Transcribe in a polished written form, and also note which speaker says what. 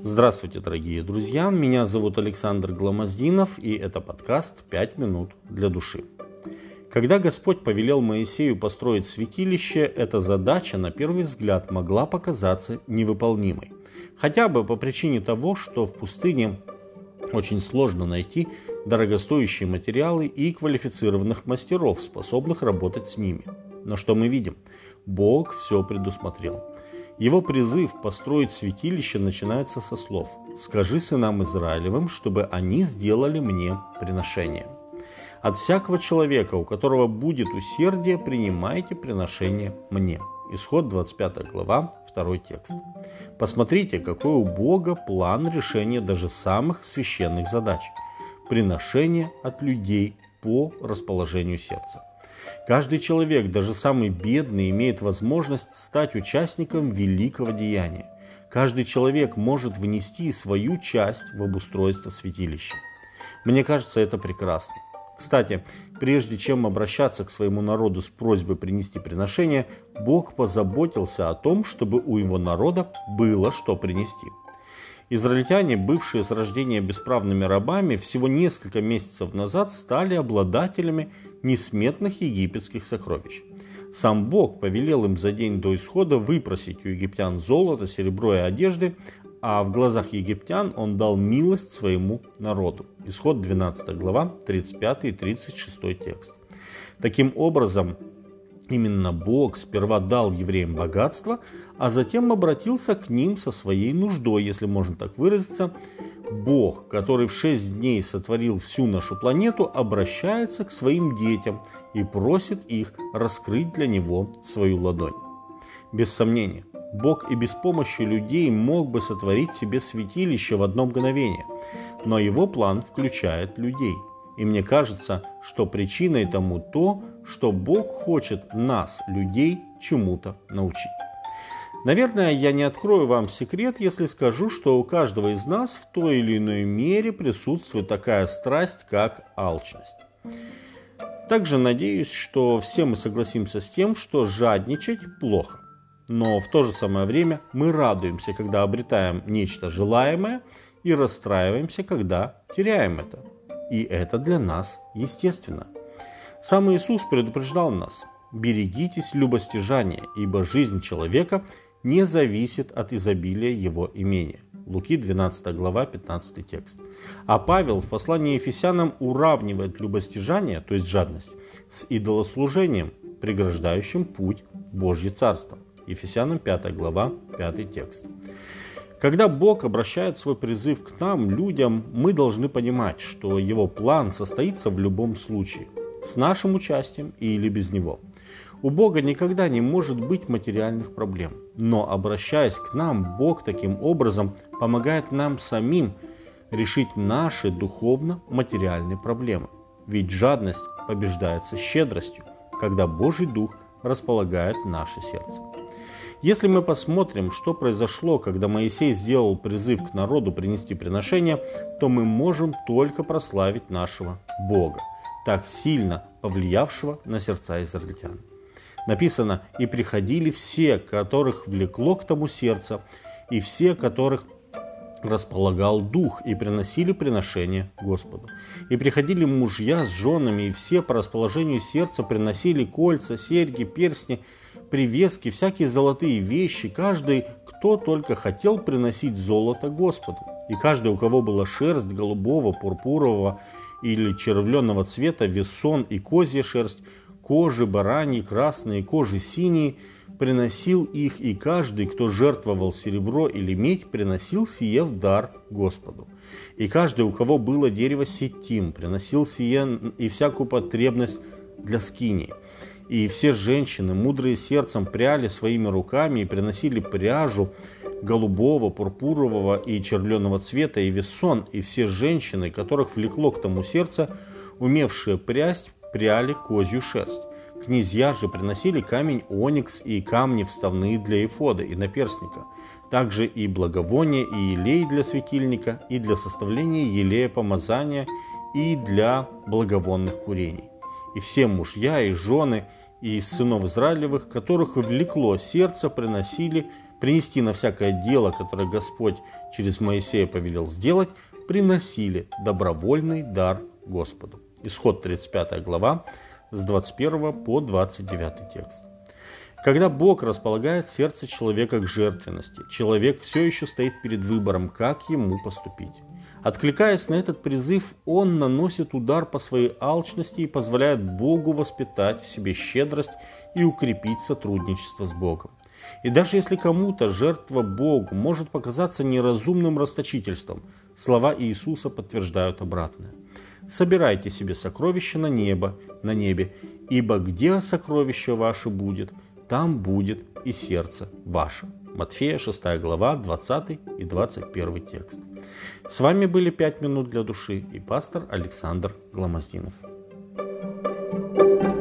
Speaker 1: Здравствуйте, дорогие друзья! Меня зовут Александр Гламоздинов, и это подкаст «5 минут для души». Когда Господь повелел Моисею построить святилище, эта задача, на первый взгляд, могла показаться невыполнимой. Хотя бы по причине того, что в пустыне очень сложно найти дорогостоящие материалы и квалифицированных мастеров, способных работать с ними. Но что мы видим? Бог все предусмотрел. Его призыв построить святилище начинается со слов: «Скажи сынам Израилевым, чтобы они сделали мне приношение». От всякого человека, у которого будет усердие, принимайте приношение мне. Исход 25 глава, 2 текст. Посмотрите, какой у Бога план решения даже самых священных задач. Приношение от людей по расположению сердца. Каждый человек, даже самый бедный, имеет возможность стать участником великого деяния. Каждый человек может внести свою часть в обустройство святилища. Мне кажется, это прекрасно. Кстати, прежде чем обращаться к своему народу с просьбой принести приношение, Бог позаботился о том, чтобы у его народа было что принести. Израильтяне, бывшие с рождения бесправными рабами, всего несколько месяцев назад стали обладателями несметных египетских сокровищ. Сам Бог повелел им за день до исхода выпросить у египтян золото, серебро и одежды, а в глазах египтян он дал милость своему народу. Исход 12 глава, 35 и 36 текст. Таким образом, именно Бог сперва дал евреям богатство, а затем обратился к ним со своей нуждой, если можно так выразиться. Бог, который в 6 дней сотворил всю нашу планету, обращается к своим детям и просит их раскрыть для него свою ладонь. Без сомнения, Бог и без помощи людей мог бы сотворить себе святилище в одно мгновение, но его план включает людей. И мне кажется, что причиной тому то, что Бог хочет нас, людей, чему-то научить. Наверное, я не открою вам секрет, если скажу, что у каждого из нас в той или иной мере присутствует такая страсть, как алчность. Также надеюсь, что все мы согласимся с тем, что жадничать плохо. Но в то же самое время мы радуемся, когда обретаем нечто желаемое, и расстраиваемся, когда теряем это. И это для нас естественно. Сам Иисус предупреждал нас: «Берегитесь любостяжания, ибо жизнь человека не зависит от изобилия его имения». Луки 12 глава, 15 текст. А Павел в послании Ефесянам уравнивает любостяжание, то есть жадность, с идолослужением, преграждающим путь в Божье Царство. Ефесянам 5 глава, 5 текст. Когда Бог обращает свой призыв к нам, людям, мы должны понимать, что его план состоится в любом случае, с нашим участием или без него. У Бога никогда не может быть материальных проблем, но, обращаясь к нам, Бог таким образом помогает нам самим решить наши духовно-материальные проблемы. Ведь жадность побеждается щедростью, когда Божий Дух располагает наше сердце. Если мы посмотрим, что произошло, когда Моисей сделал призыв к народу принести приношение, то мы можем только прославить нашего Бога, так сильно повлиявшего на сердца израильтян. Написано: «И приходили все, которых влекло к тому сердце, и все, которых располагал Дух, и приносили приношение Господу. И приходили мужья с женами, и все по расположению сердца приносили кольца, серьги, перстни, привески, всякие золотые вещи, каждый, кто только хотел приносить золото Господу. И каждый, у кого была шерсть голубого, пурпурового или червленого цвета, весон и козья шерсть, кожи бараньи, красные, кожи синие, приносил их, и каждый, кто жертвовал серебро или медь, приносил сие в дар Господу. И каждый, у кого было дерево ситим, приносил сие и всякую потребность для скинии. И все женщины, мудрые сердцем, пряли своими руками и приносили пряжу голубого, пурпурового и червленого цвета и весон, и все женщины, которых влекло к тому сердце, умевшие прясть, пряли козью шерсть. Князья же приносили камень оникс и камни вставные для эфода и наперстника, также и благовоние, и елей для светильника, и для составления елея помазания, и для благовонных курений. И все мужья и жены и из сынов Израилевых, которых влекло сердце, принести на всякое дело, которое Господь через Моисея повелел сделать, приносили добровольный дар Господу. Исход 35 глава с 21 по 29 текст. Когда Бог располагает сердце человека к жертвенности, человек все еще стоит перед выбором, как ему поступить. Откликаясь на этот призыв, он наносит удар по своей алчности и позволяет Богу воспитать в себе щедрость и укрепить сотрудничество с Богом. И даже если кому-то жертва Богу может показаться неразумным расточительством, слова Иисуса подтверждают обратное. «Собирайте себе сокровища на небе, ибо где сокровище ваше будет, там будет и сердце ваше». Матфея 6 глава, 20 и 21 текст. С вами были 5 минут для души и пастор Александр Гломоздинов.